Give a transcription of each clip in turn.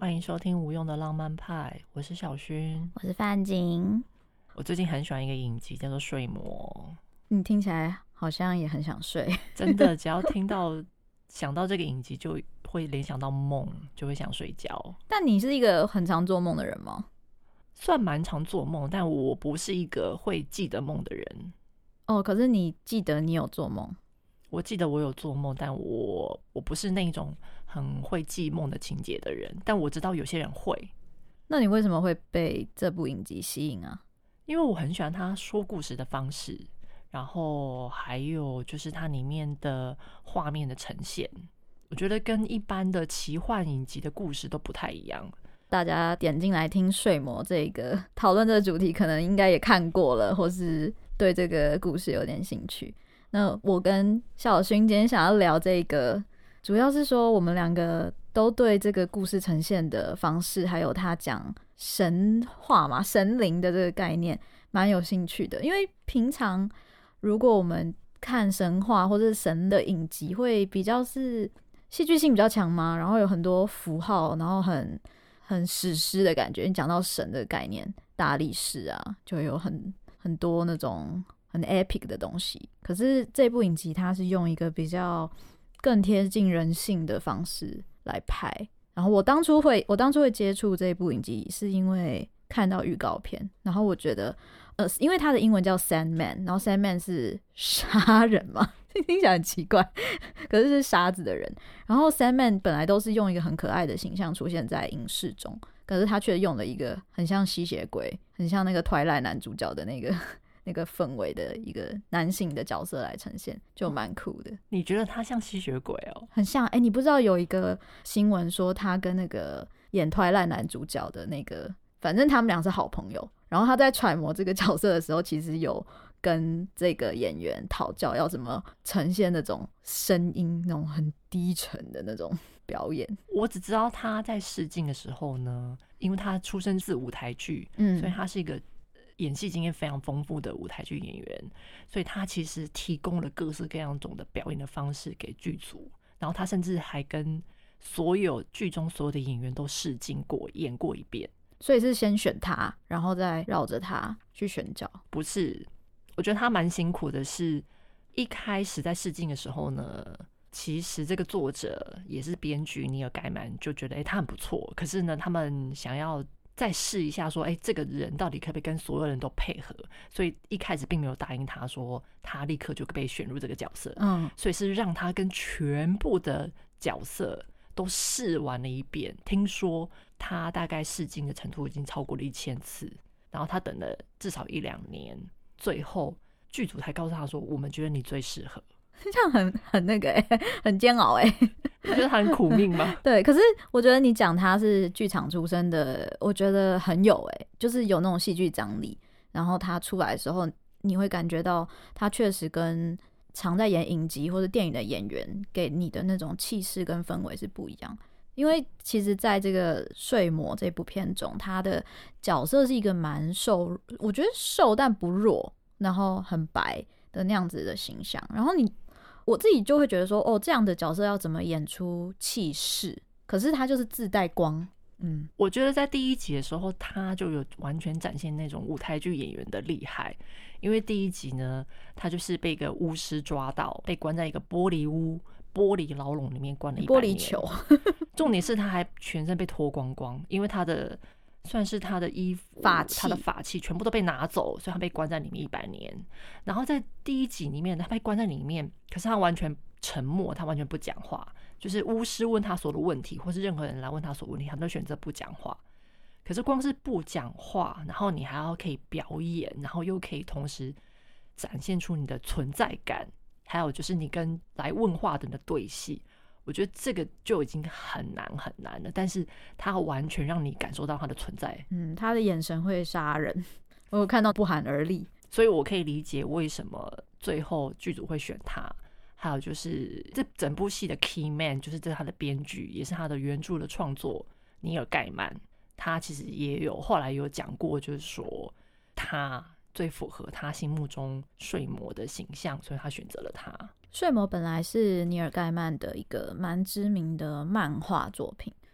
欢迎收听无用的浪漫派，我是小薰， 我是范景。 我最近很喜欢一个影集，叫做《睡魔》。 你听起来好像也很想睡， 真的，只要想到这个影集，就会联想到梦，就会想睡觉。 但你是一个很常做梦的人吗？ 算蛮常做梦，但我不是一个会记得梦的人。 哦，可是你记得你有做梦？ 我记得我有做梦，但我不是那种很会记梦的情节的人，但我知道有些人会。 那你为什么会被这部影集吸引啊？ 因为我很喜欢他说故事的方式，然后还有就是它里面的画面的呈现，我觉得跟一般的奇幻影集的故事都不太一样。 大家点进来听睡魔这个讨论这个主题，可能应该也看过了，或是对这个故事有点兴趣。那我跟小薰今天想要聊这个，主要是说我们两个都对这个故事呈现的方式，还有他讲神话嘛、神灵的这个概念，蛮有兴趣的。因为平常如果我们看神话或者神的影集，会比较是戏剧性比较强嘛，然后有很多符号，然后很史诗的感觉。你讲到神的概念，大力士啊，就有很多那种很 epic 的东西。可是这部影集它是用一个比较更贴近人性的方式来拍。然后我当初会接触这部影集，是因为看到预告片，然后我觉得因为它的英文叫 Sandman， 然后 Sandman 是杀人嘛，听起来很奇怪，可是是沙子的人。然后 Sandman 本来都是用一个很可爱的形象出现在影视中，可是他却用了一个很像吸血鬼，很像那个 Twilight 男主角的那个氛围的一个男性的角色来呈现，就蛮酷的。 你觉得他像吸血鬼哦？ 很像。你不知道有一个新闻说他跟那个演 Twilight 男主角的那个，反正他们俩是好朋友，然后他在揣摩这个角色的时候，其实有跟这个演员讨教要怎么呈现那种声音，那种很低沉的那种表演。 我只知道他在试镜的时候呢，因为他出身自舞台剧，所以他是一个演戏经验非常丰富的舞台剧演员，所以他其实提供了各式各样种的表演的方式给剧组，然后他甚至还跟所有剧中所有的演员都试镜过，演过一遍。 所以是先选他，然后再绕着他去选角？ 不是，我觉得他蛮辛苦的是，一开始在试镜的时候呢，其实这个作者也是编剧尼尔盖曼就觉得他很不错，可是呢他们想要再试一下说这个人到底可不可以跟所有人都配合，所以一开始并没有答应他说他立刻就被选入这个角色，所以是让他跟全部的角色都试完了一遍。听说他大概试镜的程度已经超过了1000次，然后他等了至少1-2年，最后剧组才告诉他说我们觉得你最适合。 这样很那个很煎熬我觉得他很苦命吗？ 对，可是我觉得你讲他是剧场出身的，我觉得很有就是有那种戏剧张力，然后他出来的时候你会感觉到他确实跟常在演影集或者电影的演员给你的那种气势跟氛围是不一样。因为其实在这个睡魔这部片中，他的角色是一个蛮瘦，我觉得瘦但不弱，然后很白的那样子的形象，然后我自己就会觉得说这样的角色要怎么演出气势，可是他就是自带光。 我觉得在第一集的时候他就有完全展现那种舞台剧演员的厉害，因为第一集呢他就是被一个巫师抓到，被关在一个玻璃牢笼里面关了100年， 玻璃球重点是他还全身被脱光光，因为他的算是他的衣服他的法器全部都被拿走，所以他被关在里面100年。然后在第一集里面他被关在里面，可是他完全沉默，他完全不讲话，就是巫师问他所有的问题，或是任何人来问他所有问题，他都选择不讲话。可是光是不讲话，然后你还要可以表演，然后又可以同时展现出你的存在感，还有就是你跟来问话的人的对戏，我觉得这个就已经很难很难了，但是他完全让你感受到他的存在。 他的眼神会杀人，我有看到不寒而栗， 所以我可以理解为什么最后剧组会选他。还有就是这整部戏的 key man 就是这是他的编剧，也是他的原著的创作尼尔盖曼，他其实也有后来有讲过，就是说他最符合他心目中睡魔的形象，所以他选择了他。 睡魔本来是尼尔盖曼的一个蛮知名的漫画作品，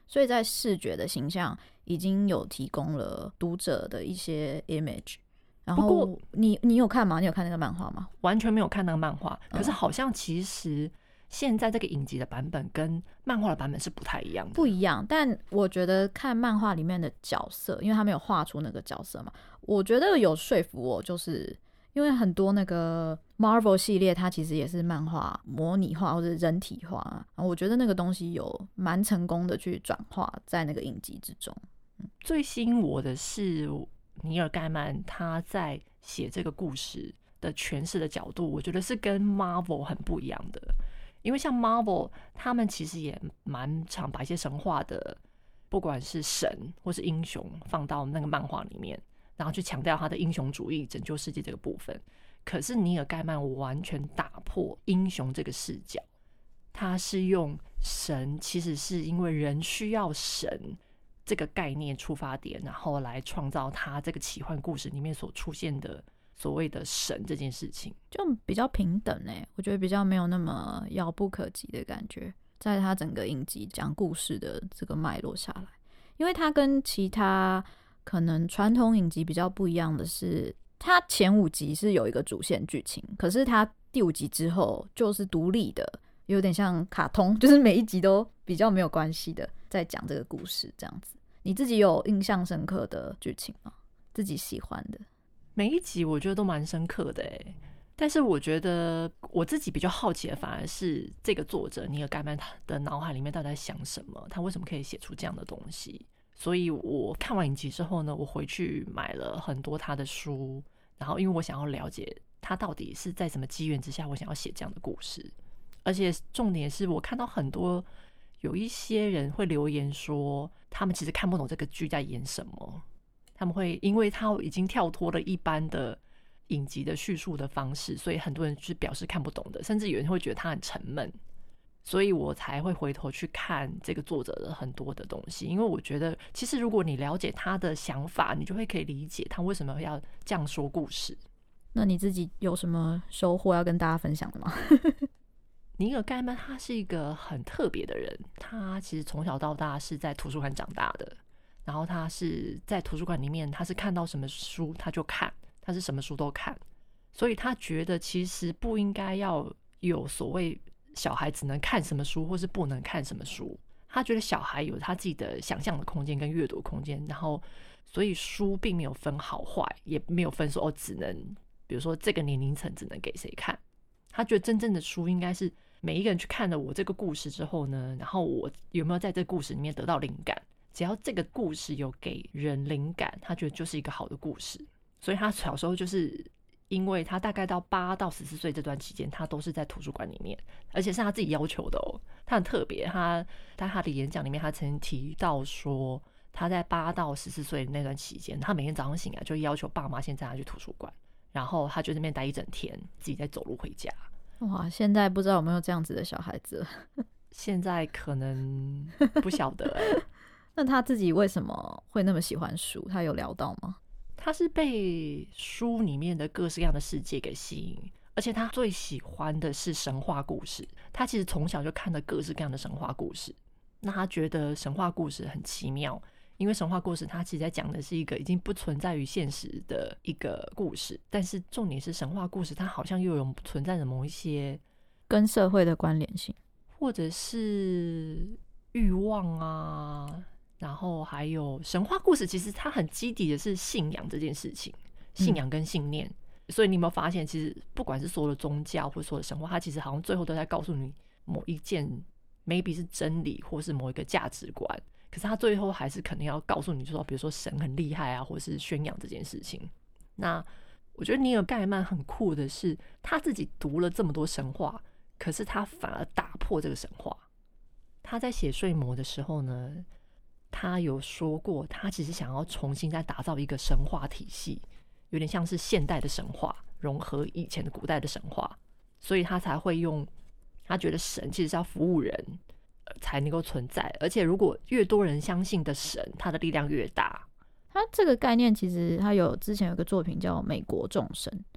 所以在视觉的形象已经有提供了读者的一些 image。然后你有看吗？你有看那个漫画吗？ 完全没有看那个漫画，可是好像其实现在这个影集的版本跟漫画的版本是不太一样的。 不一样，但我觉得看漫画里面的角色，因为他没有画出那个角色嘛，我觉得有说服我，就是因为很多那个 Marvel 系列它其实也是漫画模拟化或者人体化，我觉得那个东西有蛮成功的去转化在那个影集之中。 最吸引我的是尼尔盖曼他在写这个故事的诠释的角度，我觉得是跟 Marvel 很不一样的。因为像 Marvel 他们其实也蛮常把一些神话的不管是神或是英雄放到那个漫画里面，然后去强调他的英雄主义拯救世界这个部分。可是尼尔盖曼完全打破英雄这个视角，他是用神其实是因为人需要神这个概念出发点，然后来创造他这个奇幻故事里面所出现的所谓的神这件事情， 就比较平等我觉得比较没有那么遥不可及的感觉，在他整个影集讲故事的这个脉络下来。因为他跟其他可能传统影集比较不一样的是，他前5集是有一个主线剧情，可是他第5集之后就是独立的，有点像卡通，就是每一集都比较没有关系的在讲这个故事这样子。你自己有印象深刻的剧情吗？自己喜欢的？ 每一集我觉得都蛮深刻的但是我觉得我自己比较好奇的反而是这个作者尼尔盖曼他的脑海里面到底在想什么，他为什么可以写出这样的东西。所以我看完影集之后呢，我回去买了很多他的书，然后因为我想要了解他到底是在什么机缘之下我想要写这样的故事。而且重点是我看到很多有一些人会留言说他们其实看不懂这个剧在演什么，他们会因为他已经跳脱了一般的影集的叙述的方式，所以很多人是表示看不懂的，甚至有人会觉得他很沉闷。所以我才会回头去看这个作者的很多的东西，因为我觉得其实如果你了解他的想法，你就会可以理解他为什么要这样说故事。 那你自己有什么收获要跟大家分享的吗？ 尼尔盖曼他是一个很特别的人，他其实从小到大是在图书馆长大的，然后他是在图书馆里面，他是看到什么书他就看，他是什么书都看，所以他觉得其实不应该要有所谓小孩只能看什么书或是不能看什么书，他觉得小孩有他自己的想象的空间跟阅读空间，然后所以书并没有分好坏，也没有分说只能比如说这个年龄层只能给谁看。他觉得真正的书应该是每一个人去看了我这个故事之后呢，然后我有没有在这个故事里面得到灵感，只要这个故事有给人灵感，他觉得就是一个好的故事。所以他小时候就是因为他大概到8到14岁这段期间，他都是在图书馆里面，而且是他自己要求的他很特别，他在他的演讲里面他曾经提到说，他在8到14岁那段期间，他每天早上醒来就要求爸妈先带他去图书馆，然后他就在那边待一整天，自己再走路回家。 哇，现在不知道有没有这样子的小孩子现在可能不晓得那他自己为什么会那么喜欢书？他有聊到吗？ 他是被书里面的各式各样的世界给吸引，而且他最喜欢的是神话故事。他其实从小就看了各式各样的神话故事，那他觉得神话故事很奇妙，因为神话故事它其实在讲的是一个已经不存在于现实的一个故事，但是重点是神话故事它好像又有存在着某一些跟社会的关联性， 或者是欲望啊，然后还有神话故事其实它很基底的是信仰这件事情，信仰跟信念。所以你有没有发现其实不管是所有的宗教或所有的神话，它其实好像最后都在告诉你某一件 maybe 是真理或是某一个价值观，可是他最后还是肯定要告诉你说比如说神很厉害啊，或是宣扬这件事情。那我觉得尼尔盖曼很酷的是他自己读了这么多神话，可是他反而打破这个神话。他在写睡魔的时候呢，他有说过他其实想要重新再打造一个神话体系，有点像是现代的神话融合以前的古代的神话，所以他才会用他觉得神其实是要服务人才能够存在，而且如果越多人相信的神，他的力量越大。 他这个概念其实他之前有个作品叫《美国众神》，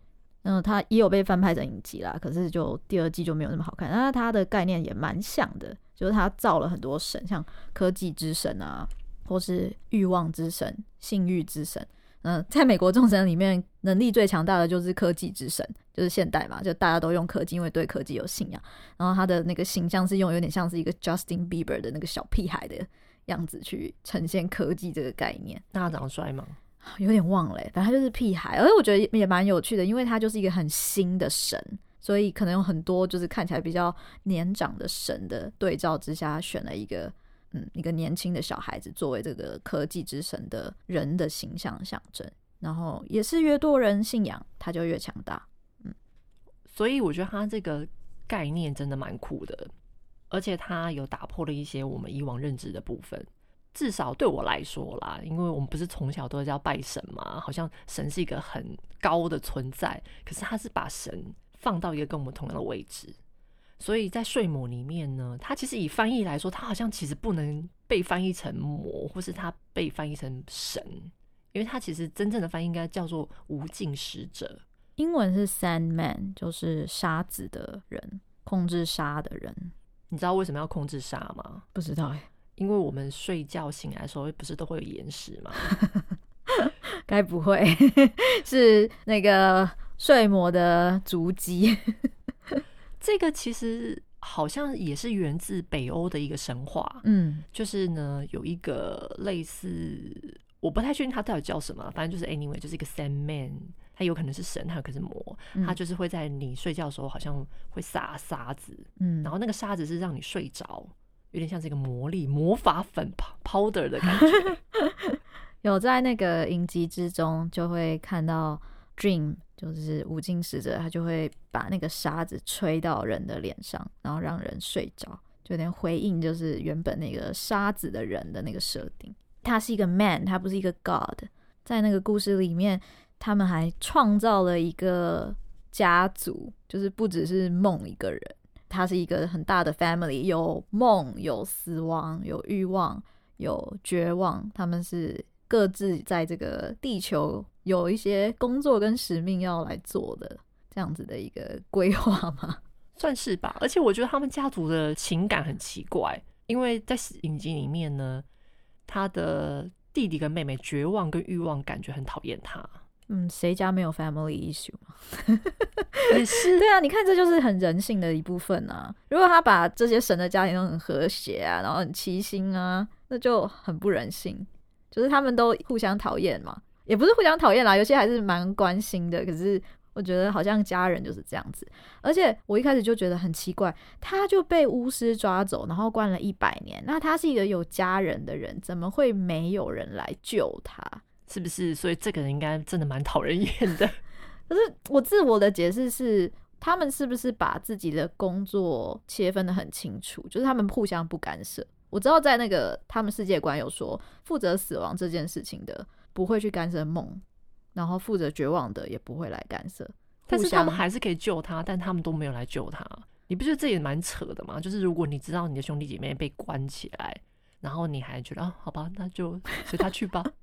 它也有被翻拍成影集啦，可是就第2季就没有那么好看。那它的概念也蛮像的，就是它造了很多神，像科技之神啊，或是欲望之神、性欲之神。在美国众神里面，能力最强大的就是科技之神，就是现代嘛，就大家都用科技，因为对科技有信仰。然后他的那个形象是用有点像是一个 Justin Bieber 的那个小屁孩的样子去呈现科技这个概念。 那他长得帅吗？ 有点忘了，反正他就是屁孩，而且我觉得也蛮有趣的，因为他就是一个很新的神，所以可能有很多就是看起来比较年长的神的对照之下，他选了一个年轻的小孩子作为这个科技之神的人的形象象征，然后也是越多人信仰他就越强大。 所以我觉得他这个概念真的蛮酷的，而且他有打破了一些我们以往认知的部分。至少对我来说啦，因为我们不是从小都叫拜神嘛，好像神是一个很高的存在，可是他是把神放到一个跟我们同样的位置。所以在睡魔里面呢，它其实以翻译来说，它好像其实不能被翻译成魔，或是它被翻译成神，因为它其实真正的翻译应该叫做无尽使者。 英文是 Sandman， 就是沙子的人，控制沙的人。 你知道为什么要控制沙吗？ 不知道因为我们睡觉醒来的时候不是都会有岩石吗？ 该不会是那个睡魔的足迹？ 这个其实好像也是源自北欧的一个神话，就是呢有一个类似，我不太确定他到底叫什么，反正就是 anyway 就是一个 Sandman， 他有可能是神，他有可能是魔，他就是会在你睡觉的时候好像会撒沙子，然后那个沙子是让你睡着，有点像是一个魔力魔法粉 powder 的感觉。 有在那个影集之中就会看到 Dream， 就是无尽使者，他就会把那个沙子吹到人的脸上，然后让人睡着，就有点回应就是原本那个沙子的人的那个设定。他是一个 man， 他不是一个 god。 在那个故事里面，他们还创造了一个家族，就是不只是梦一个人，他是一个很大的 family， 有梦，有死亡，有欲望，有绝望，他们是各自在这个地球有一些工作跟使命要来做的，这样子的一个规划吗？ 算是吧。而且我觉得他们家族的情感很奇怪，因为在影集里面呢，他的弟弟跟妹妹绝望跟欲望感觉很讨厌他。 谁家没有 family issue 吗？ 也是。 对啊，你看这就是很人性的一部分啊。如果他把这些神的家庭都很和谐啊，然后很齐心啊，那就很不人性。就是他们都互相讨厌嘛，也不是互相讨厌啦，有些还是蛮关心的。可是我觉得好像家人就是这样子。而且我一开始就觉得很奇怪，他就被巫师抓走，然后关了100年。那他是一个有家人的人，怎么会没有人来救他？ 是不是？所以这个人应该真的蛮讨人厌的。 可是我自我的解释是，他们是不是把自己的工作切分得很清楚，就是他们互相不干涉。我知道在那个他们世界观有说，负责死亡这件事情的不会去干涉梦，然后负责绝望的也不会来干涉， 但是他们还是可以救他，但他们都没有来救他。你不觉得这也蛮扯的吗？就是如果你知道你的兄弟姐妹被关起来，然后你还觉得好吧，那就随他去吧。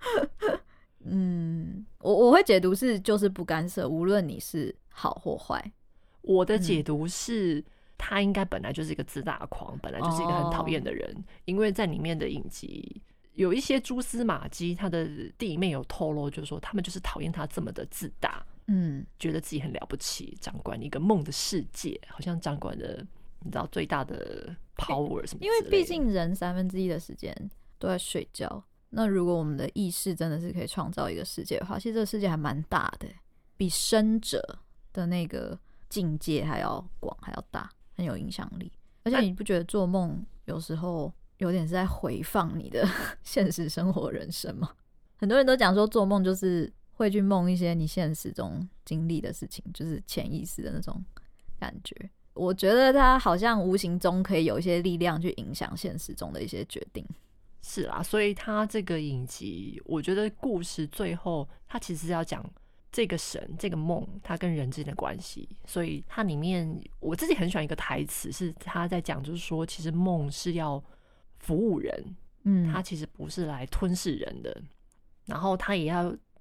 我会解读是就是不干涉，无论你是好或坏。 我的解读是，他应该本来就是一个自大狂，本来就是一个很讨厌的人，因为在里面的影集有一些蛛丝马迹，他的弟妹有透露，就是说他们就是讨厌他这么的自大，觉得自己很了不起，掌管一个梦的世界，好像掌管了你知道最大的 power 什么之类的。 因为毕竟人1/3的时间都在睡觉，那如果我们的意识真的是可以创造一个世界的话，其实这个世界还蛮大的，比生者的那个境界还要广还要大，很有影响力。而且你不觉得做梦有时候有点是在回放你的现实生活人生吗？很多人都讲说做梦就是会去梦一些你现实中经历的事情，就是潜意识的那种感觉。我觉得它好像无形中可以有一些力量去影响现实中的一些决定。 是啦，所以他这个影集，我觉得故事最后他其实是要讲这个神这个梦它跟人之间的关系。所以它里面我自己很喜欢一个台词，是他在讲就是说其实梦是要服务人，他其实不是来吞噬人的，然后他也要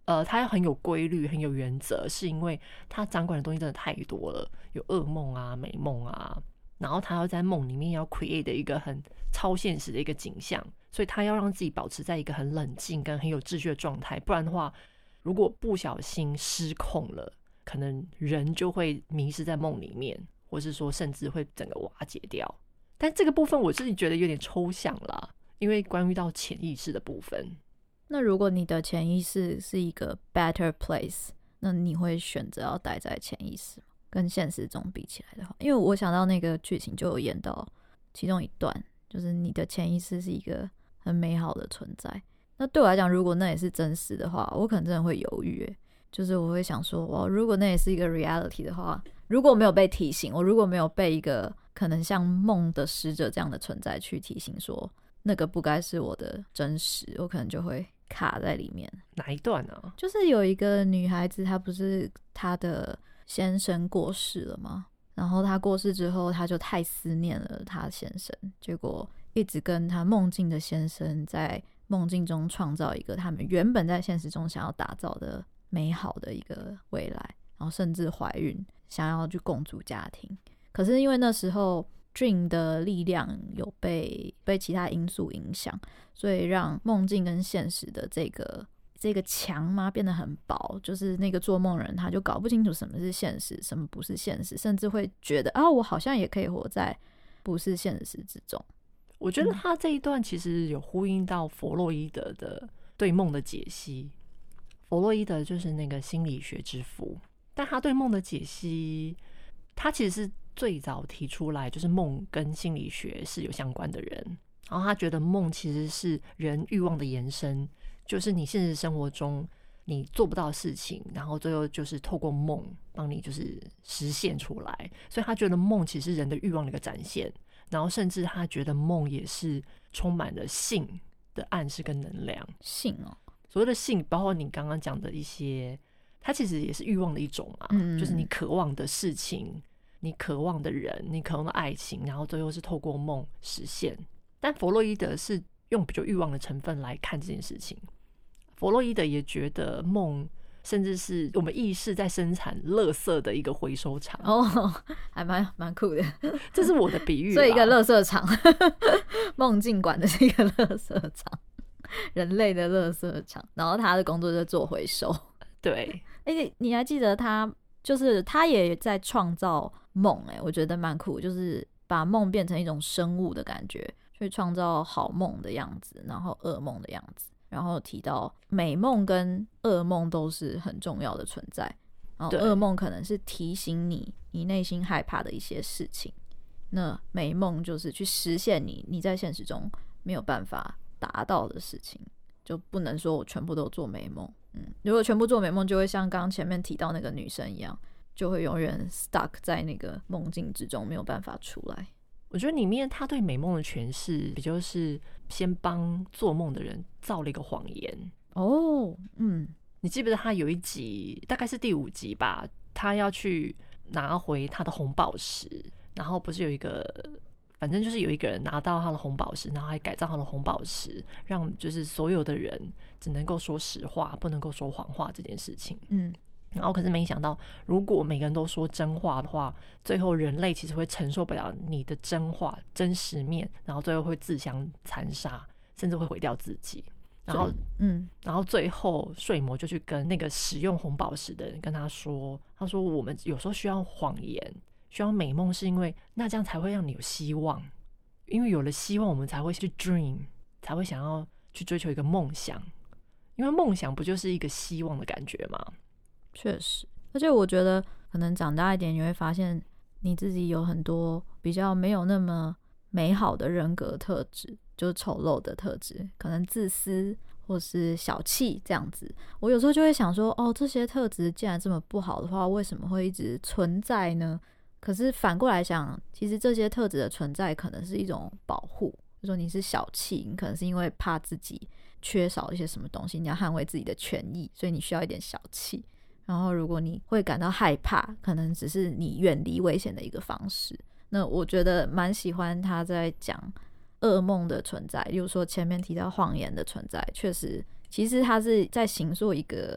他很有规律很有原则，是因为他掌管的东西真的太多了，有噩梦啊美梦啊，然后他要在梦里面要 create 一个很超现实的一个景象，所以他要让自己保持在一个很冷静跟很有秩序的状态，不然的话如果不小心失控了，可能人就会迷失在梦里面，或是说甚至会整个瓦解掉。但这个部分我自己觉得有点抽象啦，因为关于到潜意识的部分。 那如果你的潜意识是一个 better place， 那你会选择要待在潜意识吗？跟现实中比起来的话，因为我想到那个剧情就有演到其中一段，就是你的潜意识是一个很美好的存在。那对我来讲，如果那也是真实的话，我可能真的会犹豫耶，就是我会想说，哇，如果那也是一个 reality 的话，如果没有被提醒，我如果没有被一个可能像梦的使者这样的存在去提醒说那个不该是我的真实，我可能就会卡在里面。 哪一段啊？ 就是有一个女孩子，她不是她的先生过世了吗？然后她过世之后，她就太思念了她先生，结果一直跟她梦境的先生在梦境中创造一个他们原本在现实中想要打造的美好的一个未来，然后甚至怀孕，想要去共组家庭。可是因为那时候 Dream 的力量有被其他因素影响，所以让梦境跟现实的这个墙嘛变得很薄，就是那个做梦人他就搞不清楚什么是现实，什么不是现实，甚至会觉得我好像也可以活在不是现实之中。 我觉得他这一段其实有呼应到弗洛伊德的对梦的解析。弗洛伊德就是那个心理学之父，但他对梦的解析，他其实是最早提出来就是梦跟心理学是有相关的人，然后他觉得梦其实是人欲望的延伸，就是你现实生活中你做不到的事情，然后最后就是透过梦帮你就是实现出来，所以他觉得梦其实是人的欲望的一个展现，然后甚至他觉得梦也是充满了性的暗示跟能量。 性所谓的性包括你刚刚讲的一些，它其实也是欲望的一种嘛，就是你渴望的事情，你渴望的人，你渴望的爱情，然后最后是透过梦实现。但弗洛伊德是用比较欲望的成分来看这件事情。弗洛伊德也觉得梦甚至是我们意识在生产垃圾的一个回收场。 还蛮酷的。 这是我的比喻啦。 所以一个垃圾场，梦境馆的是一个垃圾场，人类的垃圾场，然后他的工作就是做回收。 对， 你还记得他就是他也在创造梦，我觉得蛮酷，就是把梦变成一种生物的感觉，去创造好梦的样子，然后噩梦的样子。然后提到美梦跟噩梦都是很重要的存在，然后噩梦可能是提醒你内心害怕的一些事情，那美梦就是去实现你在现实中没有办法达到的事情，就不能说我全部都做美梦。如果全部做美梦，就会像刚刚前面提到那个女生一样，就会永远 stuck 在那个梦境之中，没有办法出来。 我觉得里面他对美梦的诠释，比较是先帮做梦的人造了一个谎言。你记不记得他有一集，大概是第5集吧，他要去拿回他的红宝石，然后不是有一个，反正就是有一个人拿到他的红宝石，然后还改造他的红宝石，让就是所有的人只能够说实话，不能够说谎话这件事情。然后可是没想到，如果每个人都说真话的话，最后人类其实会承受不了你的真话真实面，然后最后会自相残杀，甚至会毁掉自己。然后最后睡魔就去跟那个使用红宝石的人跟他说我们有时候需要谎言，需要美梦，是因为那这样才会让你有希望，因为有了希望我们才会去 dream， 才会想要去追求一个梦想，因为梦想不就是一个希望的感觉吗？ 确实，而且我觉得可能长大一点，你会发现你自己有很多比较没有那么美好的人格特质，就是丑陋的特质，可能自私或是小气这样子。我有时候就会想说，这些特质既然这么不好的话，为什么会一直存在呢？可是反过来想，其实这些特质的存在可能是一种保护。就说你是小气，你可能是因为怕自己缺少一些什么东西，你要捍卫自己的权益，所以你需要一点小气。然后如果你会感到害怕，可能只是你远离危险的一个方式。那我觉得蛮喜欢他在讲噩梦的存在，例如说前面提到谎言的存在，确实其实他是在形塑一个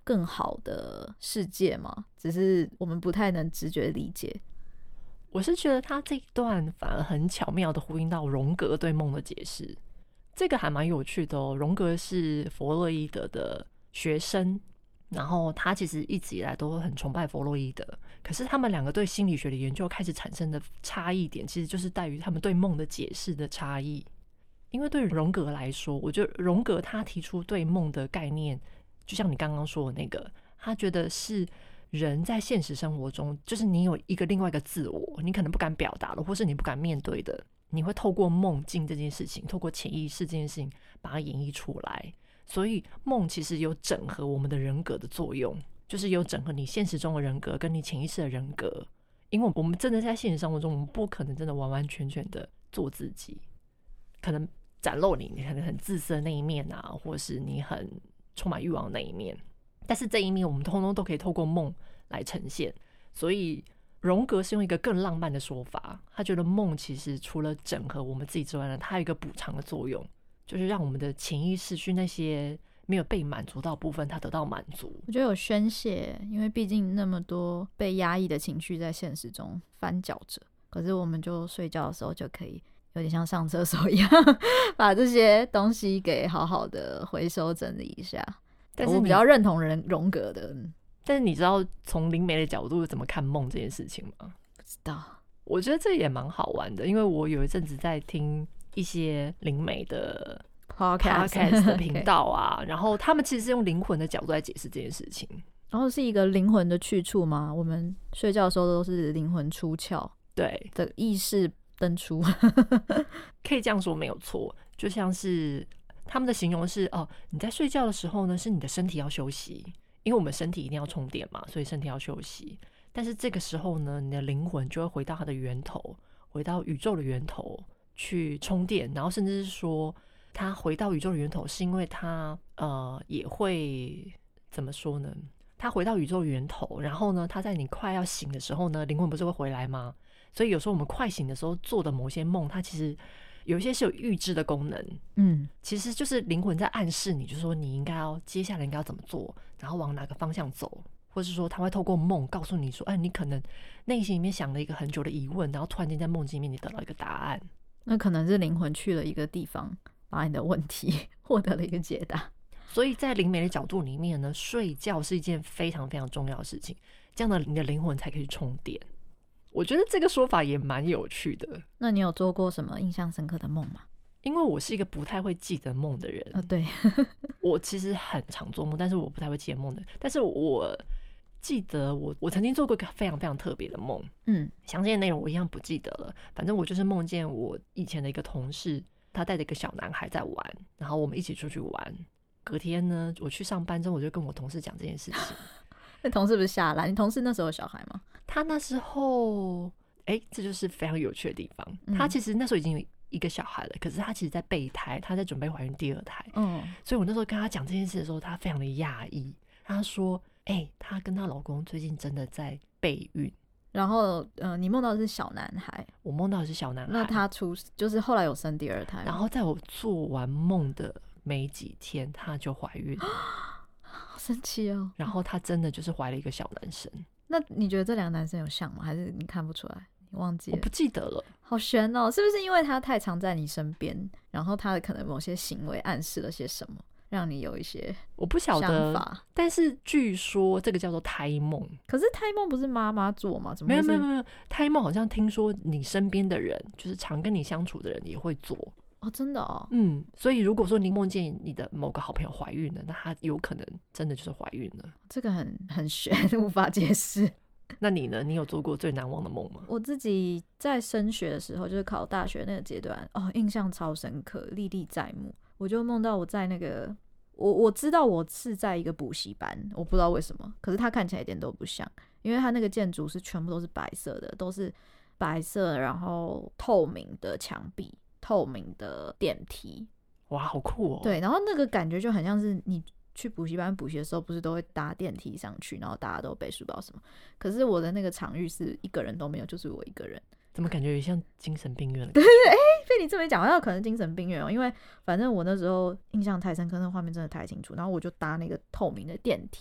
更好的世界吗？只是我们不太能直觉理解。 我是觉得他这一段反而很巧妙的呼应到荣格对梦的解释，这个还蛮有趣的哦。荣格是弗洛伊德的学生，然后他其实一直以来都很崇拜弗洛伊德，可是他们两个对心理学的研究开始产生的差异点，其实就是在于他们对梦的解释的差异。因为对荣格来说，我觉得荣格他提出对梦的概念，就像你刚刚说的那个，他觉得是人在现实生活中，就是你有另外一个自我，你可能不敢表达的，或是你不敢面对的，你会透过梦境这件事情，透过潜意识这件事情把它演绎出来。所以梦其实有整合我们的人格的作用，就是有整合你现实中的人格跟你潜意识的人格。因为我们真的在现实生活中，我们不可能真的完完全全的做自己，可能展露你可能很自私的那一面啊，或是你很充满欲望的那一面，但是这一面我们通通都可以透过梦来呈现。所以荣格是用一个更浪漫的说法，他觉得梦其实除了整合我们自己之外呢，它有一个补偿的作用，就是让我们的潜意识去那些没有被满足到的部分，它得到满足。 我觉得有宣泄，因为毕竟那么多被压抑的情绪在现实中翻搅着，可是我们就睡觉的时候就可以有点像上厕所一样把这些东西给好好的回收整理一下。但是我比较认同荣格的。 但是你知道从灵媒的角度怎么看梦这件事情吗？ 不知道。 我觉得这也蛮好玩的，因为我有一阵子在听一些灵媒的 podcast 的频道啊然后他们其实是用灵魂的角度来解释这件事情。 然后是一个灵魂的去处吗？我们睡觉的时候都是灵魂出窍， 对的意识登出可以这样说没有错。就像是他们的形容是你在睡觉的时候呢，是你的身体要休息，因为我们身体一定要充电嘛，所以身体要休息。但是这个时候呢，你的灵魂就会回到它的源头，回到宇宙的源头去充电，然后甚至是说它回到宇宙的源头是因为它也会怎么说呢，它回到宇宙源头，然后呢它在你快要醒的时候呢，灵魂不是会回来吗？所以有时候我们快醒的时候做的某些梦，它其实有一些是有预知的功能，其实就是灵魂在暗示你，就是说你应该要接下来应该要怎么做，然后往哪个方向走，或是说他会透过梦告诉你说，你可能内心里面想了一个很久的疑问，然后突然间在梦境里面你得到一个答案。 那可能是灵魂去了一个地方，把你的问题获得了一个解答。 所以在灵媒的角度里面呢，睡觉是一件非常非常重要的事情，这样的你的灵魂才可以去充电。我觉得这个说法也蛮有趣的。 那你有做过什么印象深刻的梦吗？ 因为我是一个不太会记得梦的人。 对我其实很常做梦，但是我不太会记得梦的。但是我记得我曾经做过一个非常非常特别的梦，详细的内容我一样不记得了。反正我就是梦见我以前的一个同事，他带着一个小男孩在玩，然后我们一起出去玩。隔天呢，我去上班之后，我就跟我同事讲这件事情。 那同事不是吓烂？你同事那时候有小孩吗？ 他那时候，这就是非常有趣的地方。他其实那时候已经有一个小孩了，可是他其实在备胎，他在准备怀孕第二胎。所以我那时候跟他讲这件事的时候，他非常的讶异。他说：“她跟她老公最近真的在备孕。” 然后你梦到的是小男孩？ 我梦到的是小男孩。 那他就是后来有生第二胎？ 然后在我做完梦的没几天，她就怀孕了。 好神奇哦！ 然后她真的就是怀了一个小男生。 那你觉得这两个男生有像吗？还是你看不出来？你忘记了？ 我不记得了。 好悬哦！是不是因为他太常在你身边，然后他的可能某些行为暗示了些什么，让你有一些我不晓得，但是据说这个叫做胎梦。 可是胎梦不是妈妈做吗？怎么没有胎梦好像听说你身边的人，就是常跟你相处的人也会做。 真的哦。 所以如果说你梦见你的某个好朋友怀孕了，那他有可能真的就是怀孕了。 这个很悬，无法解释。 那你呢？你有做过最难忘的梦吗？ 我自己在升学的时候，就是考大学那个阶段，印象超深刻，历历在目。我就梦到我在那个，我知道我是在一个补习班，我不知道为什么，可是它看起来一点都不像，因为它那个建筑是全部都是白色的，都是白色，然后透明的墙壁，透明的电梯。 哇，好酷哦！ 对，然后那个感觉就很像是你去补习班补习的时候，不是都会搭电梯上去，然后大家都背书包什么。可是我的那个场域是一个人都没有，就是我一个人。 怎么感觉有像精神病院了？ 对，被你这么一讲，好像可能精神病院因为反正我那时候印象太深刻，那画面真的太清楚。然后我就搭那个透明的电梯，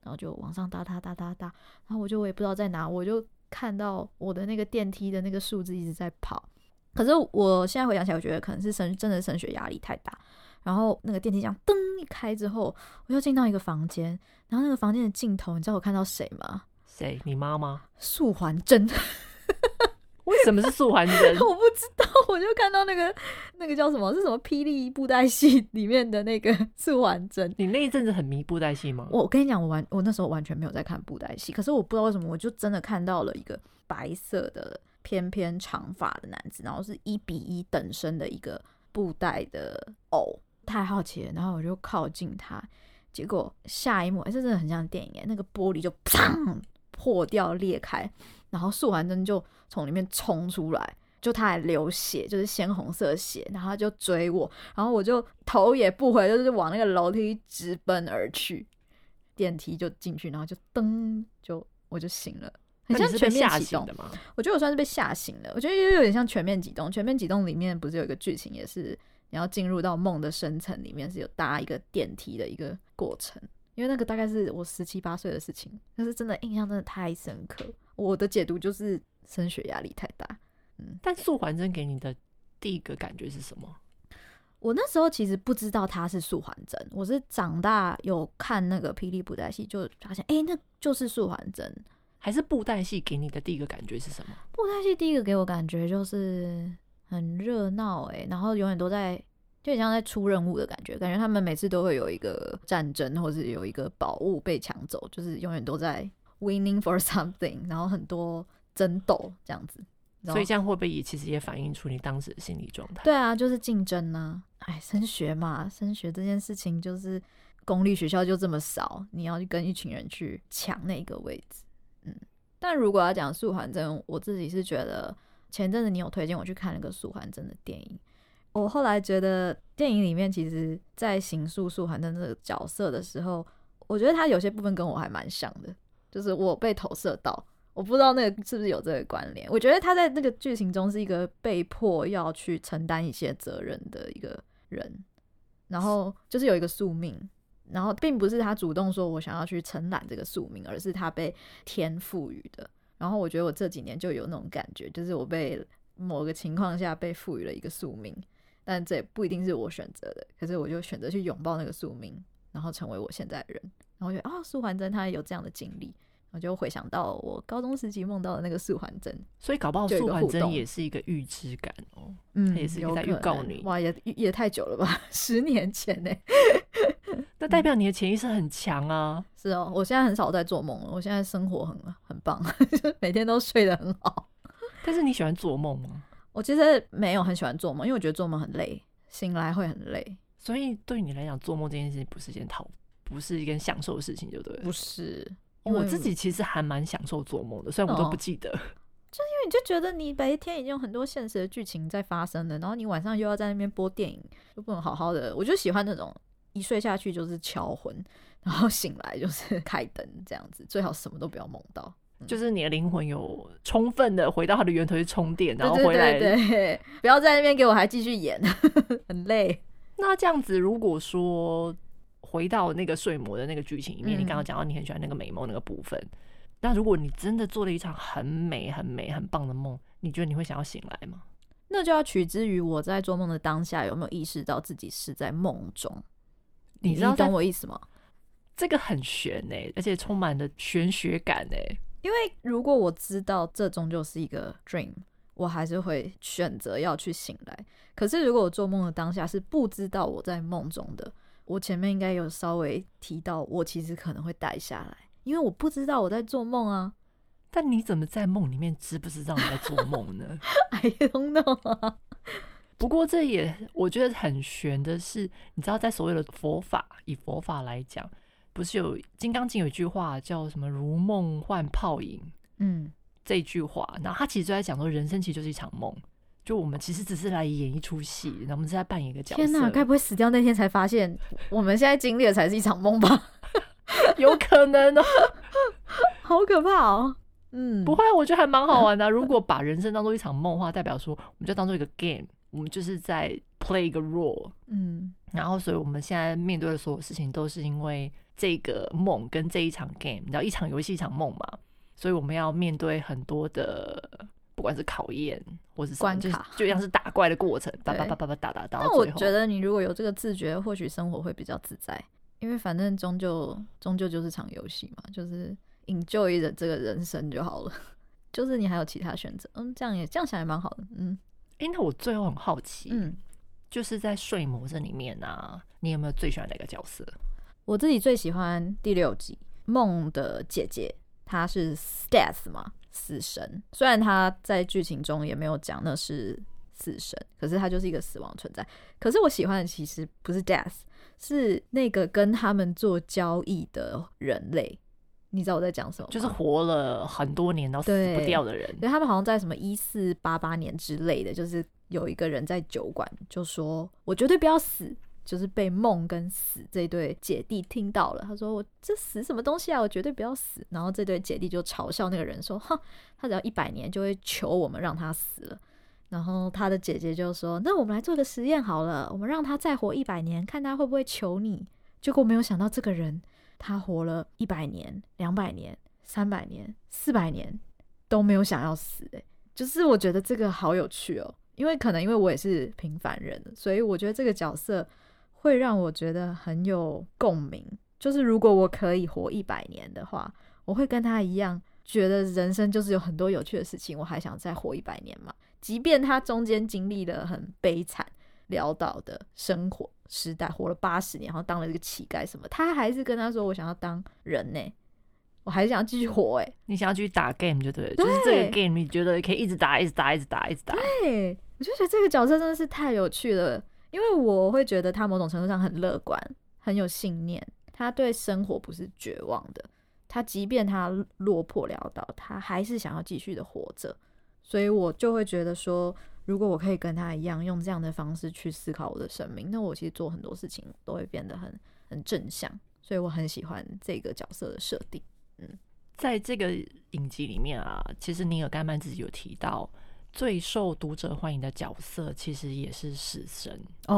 然后就往上搭，然后我也不知道在哪，我就看到我的那个电梯的那个数字一直在跑。可是我现在回想起来，我觉得可能是真的升学压力太大。然后那个电梯这样噔一开之后，我就进到一个房间，然后那个房间的尽头，你知道我看到谁吗？ 谁？你妈吗？ 素还真。 为什么是素还真？ 我不知道，我就看到那个叫什么，是什么霹雳布袋戏里面的那个素还真。 你那一阵子很迷布袋戏吗？ 我跟你讲，我那时候完全没有在看布袋戏，可是我不知道为什么，我就真的看到了一个白色的偏偏长发的男子，然后是1:1等身的一个布袋的偶，太好奇了，然后我就靠近他，结果下一幕，这真的很像电影那个玻璃就砰破掉裂开，然后素还真就从里面冲出来，就他还流血，就是鲜红色血，然后他就追我，然后我就头也不回，就是往那个楼梯直奔而去，电梯就进去，然后就噔，我就醒了。很像全面启动的吗？我觉得我算是被吓醒了。我觉得有点像全面启动。全面启动里面不是有一个剧情，也是你要进入到梦的深层里面，是有搭一个电梯的一个过程。因为那个大概是我17、18岁的事情，但是真的印象真的太深刻。我的解读就是升学压力太大。 但素还真给你的第一个感觉是什么？ 我那时候其实不知道他是素还真，我是长大有看那个霹雳布袋戏，就发现那就是素还真。 还是布袋戏给你的第一个感觉是什么？ 布袋戏第一个给我感觉就是很热闹然后永远都在，就很像在出任务的感觉他们每次都会有一个战争，或是有一个宝物被抢走，就是永远都在 winning for something， 然后很多争斗这样子。 所以这样会不会其实也反映出你当时的心理状态？ 对啊，就是竞争啊。升学嘛，升学这件事情就是公立学校就这么少，你要跟一群人去抢那个位置。但如果要讲素还真，我自己是觉得前阵子你有推荐我去看那个素还真的电影，我后来觉得电影里面其实在形塑素还真这个角色的时候，我觉得他有些部分跟我还蛮像的，就是我被投射到，我不知道那个是不是有这个关联。我觉得他在那个剧情中是一个被迫要去承担一些责任的一个人，然后就是有一个宿命，然后并不是他主动说我想要去承揽这个宿命，而是他被天赋予的。然后我觉得我这几年就有那种感觉，就是我被某个情况下被赋予了一个宿命，但这也不一定是我选择的，可是我就选择去拥抱那个宿命，然后成为我现在的人。然后我觉得素还真他有这样的经历，我就回想到我高中时期梦到的那个素还真， 所以搞不好素还真也是一个预知感它也是一个在预告你。 哇，也太久了吧，10年前那代表你的潜意识很强啊。 是哦，我现在很少在做梦了，我现在生活很棒每天都睡得很好。 但是你喜欢做梦吗？ 我其实没有很喜欢做梦，因为我觉得做梦很累，醒来会很累。 所以对你来讲，做梦这件事情不是一件享受的事情，对不对？ 不是， 我自己其实还蛮享受做梦的，虽然我都不记得。 就是因为你就觉得你白天已经有很多现实的剧情在发生了，然后你晚上又要在那边播电影，就不能好好的。我就喜欢那种一睡下去就是敲昏，然后醒来就是开灯这样子，最好什么都不要梦到。 就是你的灵魂有充分的回到它的源头去充电，然后回来。 对，不要在那边给我还继续演很累。 那这样子如果说回到那个睡魔的那个剧情里面，你刚刚讲到你很喜欢那个美梦那个部分，那如果你真的做了一场很美很美很棒的梦，你觉得你会想要醒来吗？ 那就要取之于我在做梦的当下有没有意识到自己是在梦中。你懂我意思吗？ 这个很玄而且充满了玄学感因为如果我知道这终究是一个 dream， 我还是会选择要去醒来。可是如果我做梦的当下是不知道我在梦中的，我前面应该有稍微提到，我其实可能会带下来，因为我不知道我在做梦啊。 但你怎么在梦里面知不知道你在做梦呢 ？I don't know 不过这也我觉得很玄的是，你知道在所谓的佛法，以佛法来讲，不是有《金刚经》有一句话叫什么如梦幻泡影，这一句话，然后他其实就在讲说人生其实就是一场梦，就我们其实只是来演一出戏，然后我们是在扮演一个角色。 天哪，该不会死掉那天才发现我们现在经历的才是一场梦吧？ 有可能好可怕哦。 不会，我觉得还蛮好玩的如果把人生当做一场梦的话，代表说我们就当做一个 game， 我们就是在 play 一个 role， 然后所以我们现在面对的所有事情都是因为这个梦跟这一场 game， 你知道一场游戏一场梦嘛，所以我们要面对很多的不管是考验或是关卡， 就像是打怪的过程，打到最后。 但我觉得你如果有这个自觉，或许生活会比较自在，因为反正终究就是场游戏嘛，就是 enjoy 的这个人生就好了。就是你还有其他选择，这样想也蛮好的， 那我最后很好奇，就是在睡魔这里面啊，你有没有最喜欢哪个角色？ 我自己最喜欢第6集梦的姐姐，她是 Death 嘛，死神。虽然她在剧情中也没有讲那是死神，可是她就是一个死亡存在。可是我喜欢的其实不是 Death， 是那个跟他们做交易的人类。你知道我在讲什么吗？ 就是活了很多年然后死不掉的人。 对，他们好像在什么1488年之类的，就是有一个人在酒馆就说我绝对不要死，就是被梦跟死这对姐弟听到了，他说我这死什么东西啊，我绝对不要死。然后这对姐弟就嘲笑那个人说，哼，他只要100年就会求我们让他死了。然后他的姐姐就说，那我们来做个实验好了，我们让他再活100年，看他会不会求你。结果没有想到这个人他活了100年、200年、300年、400年都没有想要死，就是我觉得这个好有趣哦，因为我也是平凡人，所以我觉得这个角色会让我觉得很有共鸣。就是如果我可以活100年的话，我会跟他一样，觉得人生就是有很多有趣的事情，我还想再活100年嘛。即便他中间经历了很悲惨潦倒的生活时代，活了80年，然后当了这个乞丐什么，他还是跟他说我想要当人呢，我还是想要继续活你想要继续打 game 就对了，就是这个 game 你觉得可以一直打一直打一直打一直打。 对，我就觉得这个角色真的是太有趣了，因为我会觉得他某种程度上很乐观，很有信念，他对生活不是绝望的，他即便他落魄潦倒，他还是想要继续的活着。所以我就会觉得说，如果我可以跟他一样用这样的方式去思考我的生命，那我其实做很多事情都会变得很正向。所以我很喜欢这个角色的设定。 在这个影集里面啊，其实尼尔盖曼自己有提到，最受读者欢迎的角色其实也是死神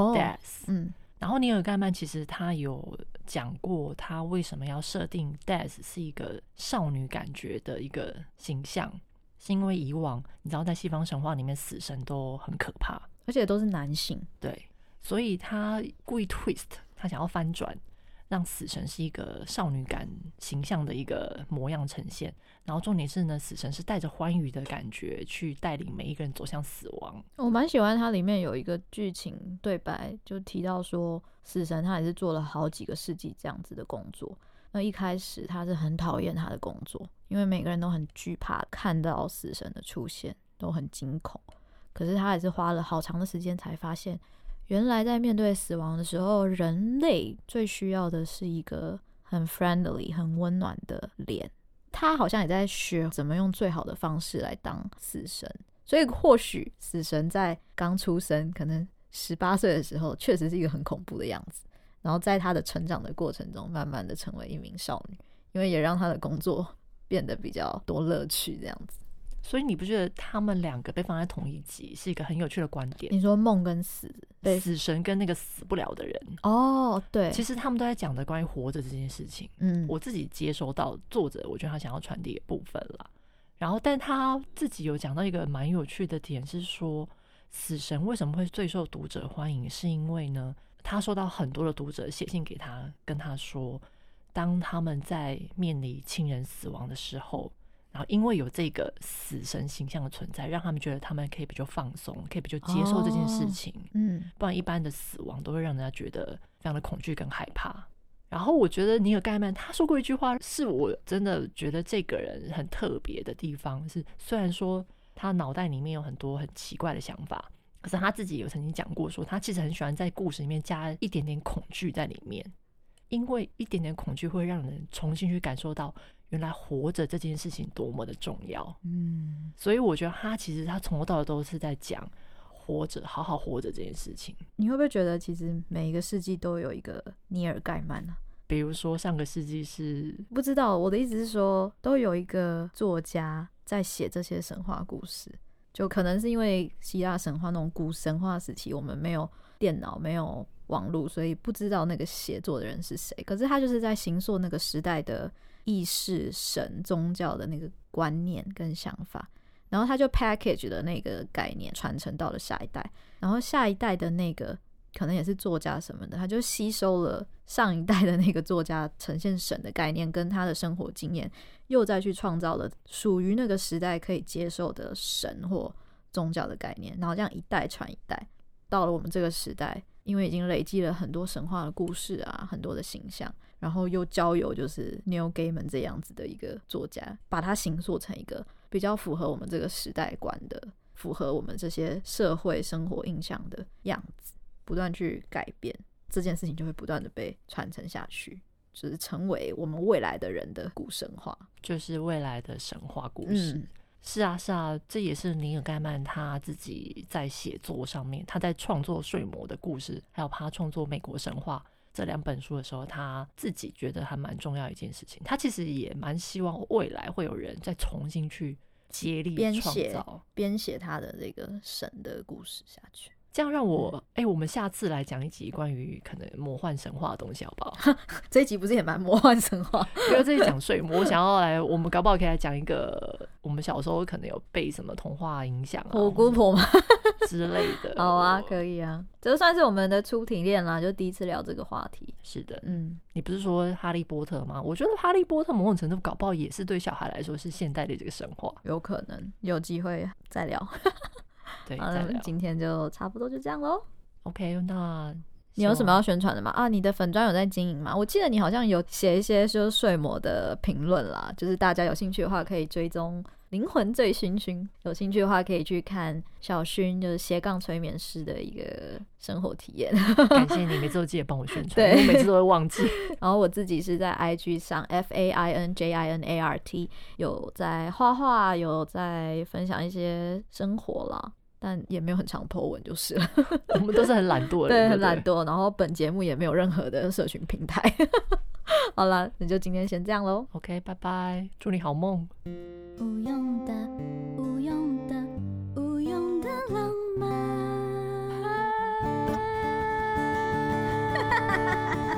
Death。然后尼尔盖曼其实他有讲过，他为什么要设定 Death 是一个少女感觉的一个形象。是因为以往你知道在西方神话里面死神都很可怕， 而且都是男性， 对，所以他故意 twist， 他想要翻转，让死神是一个少女感形象的一个模样呈现。然后重点是呢，死神是带着欢愉的感觉去带领每一个人走向死亡。 我蛮喜欢它里面有一个剧情对白，就提到说死神他也是做了好几个世纪这样子的工作。那一开始他是很讨厌他的工作，因为每个人都很惧怕看到死神的出现，都很惊恐。可是他还是花了好长的时间才发现，原来在面对死亡的时候，人类最需要的是一个很 friendly 很温暖的脸。他好像也在学怎么用最好的方式来当死神，所以或许死神在刚出生可能18岁的时候确实是一个很恐怖的样子，然后在他的成长的过程中慢慢的成为一名少女，因为也让他的工作变得比较多乐趣这样子。 所以你不觉得他们两个被放在同一集是一个很有趣的观点？ 你说梦跟死， 死神跟那个死不了的人， 对， 其实他们都在讲的关于活着这件事情。我自己接收到作者我觉得他想要传递的部分啦。然后但他自己有讲到一个蛮有趣的点，是说死神为什么会最受读者欢迎，是因为呢他收到很多的读者写信给他，跟他说当他们在面临亲人死亡的时候，然后因为有这个死神形象的存在，让他们觉得他们可以比较放松，可以比较接受这件事情。不然一般的死亡都会让人家觉得非常的恐惧跟害怕。然后我觉得尼尔盖曼他说过一句话，是我真的觉得这个人很特别的地方，是虽然说他脑袋里面有很多很奇怪的想法，可是他自己有曾经讲过说，他其实很喜欢在故事里面加一点点恐惧在里面，因为一点点恐惧会让人重新去感受到原来活着这件事情多么的重要。所以我觉得他其实他从头到尾都是在讲活着，好好活着这件事情。 你会不会觉得其实每一个世纪都有一个尼尔盖曼啊？ 比如说上个世纪是不知道，我的意思是说都有一个作家在写这些神话故事，就可能是因为希腊神话那种古神话时期我们没有电脑，没有网络，所以不知道那个写作的人是谁。可是他就是在形塑那个时代的意识、神、宗教的那个观念跟想法，然后他就 package 的那个概念传承到了下一代，然后下一代的那个可能也是作家什么的，他就吸收了上一代的那个作家呈现神的概念跟他的生活经验，又再去创造了属于那个时代可以接受的神或宗教的概念，然后这样一代传一代，到了我们这个时代，因为已经累积了很多神话的故事啊，很多的形象，然后又交由就是 Neil Gaiman 这样子的一个作家，把它形塑成一个比较符合我们这个时代观的，符合我们这些社会生活印象的样子，不断去改变，这件事情就会不断的被传承下去，就是成为我们未来的人的古神话， 就是未来的神话故事。是啊是啊，这也是尼尔盖曼他自己在写作上面，他在创作睡魔的故事，还有他创作美国神话这2本书的时候，他自己觉得还蛮重要一件事情。他其实也蛮希望未来会有人再重新去接力创造编写他的这个神的故事下去。 这样让我我们下次来讲一集关于可能魔幻神话的东西好不好？ 这一集不是也蛮魔幻神话？ 因为这一集讲睡魔，我想要来，我们搞不好可以来讲一个我们小时候可能有被什么童话影响啊， 我姑婆吗之类的。 好啊，可以啊，这算是我们的初体验啦，就第一次聊这个话题。 是的，你不是说哈利波特吗？我觉得哈利波特某种程度搞不好也是对小孩来说是现代的这个神话， 有可能有机会再聊。 对，再聊。 今天就差不多就这样咯。 OK， 那你有什么要宣传的吗？啊，你的粉专有在经营吗？我记得你好像有写一些就是睡魔的评论啦，就是大家有兴趣的话可以追踪灵魂醉醺醺，有兴趣的话可以去看小薰就是斜杠催眠师的一个生活体验。 感谢你每次都记得帮我宣传，我每次都会忘记。 然后我自己是在 IG 上 FAINJINART 有在画画，有在分享一些生活啦，但也没有很常 po 文就是了。 我们都是很懒惰的人， 对，很懒惰。然后本节目也没有任何的社群平台。好啦，那就今天先这样咯。 OK， 拜拜，祝你好梦。 无用的无用的无用的浪漫。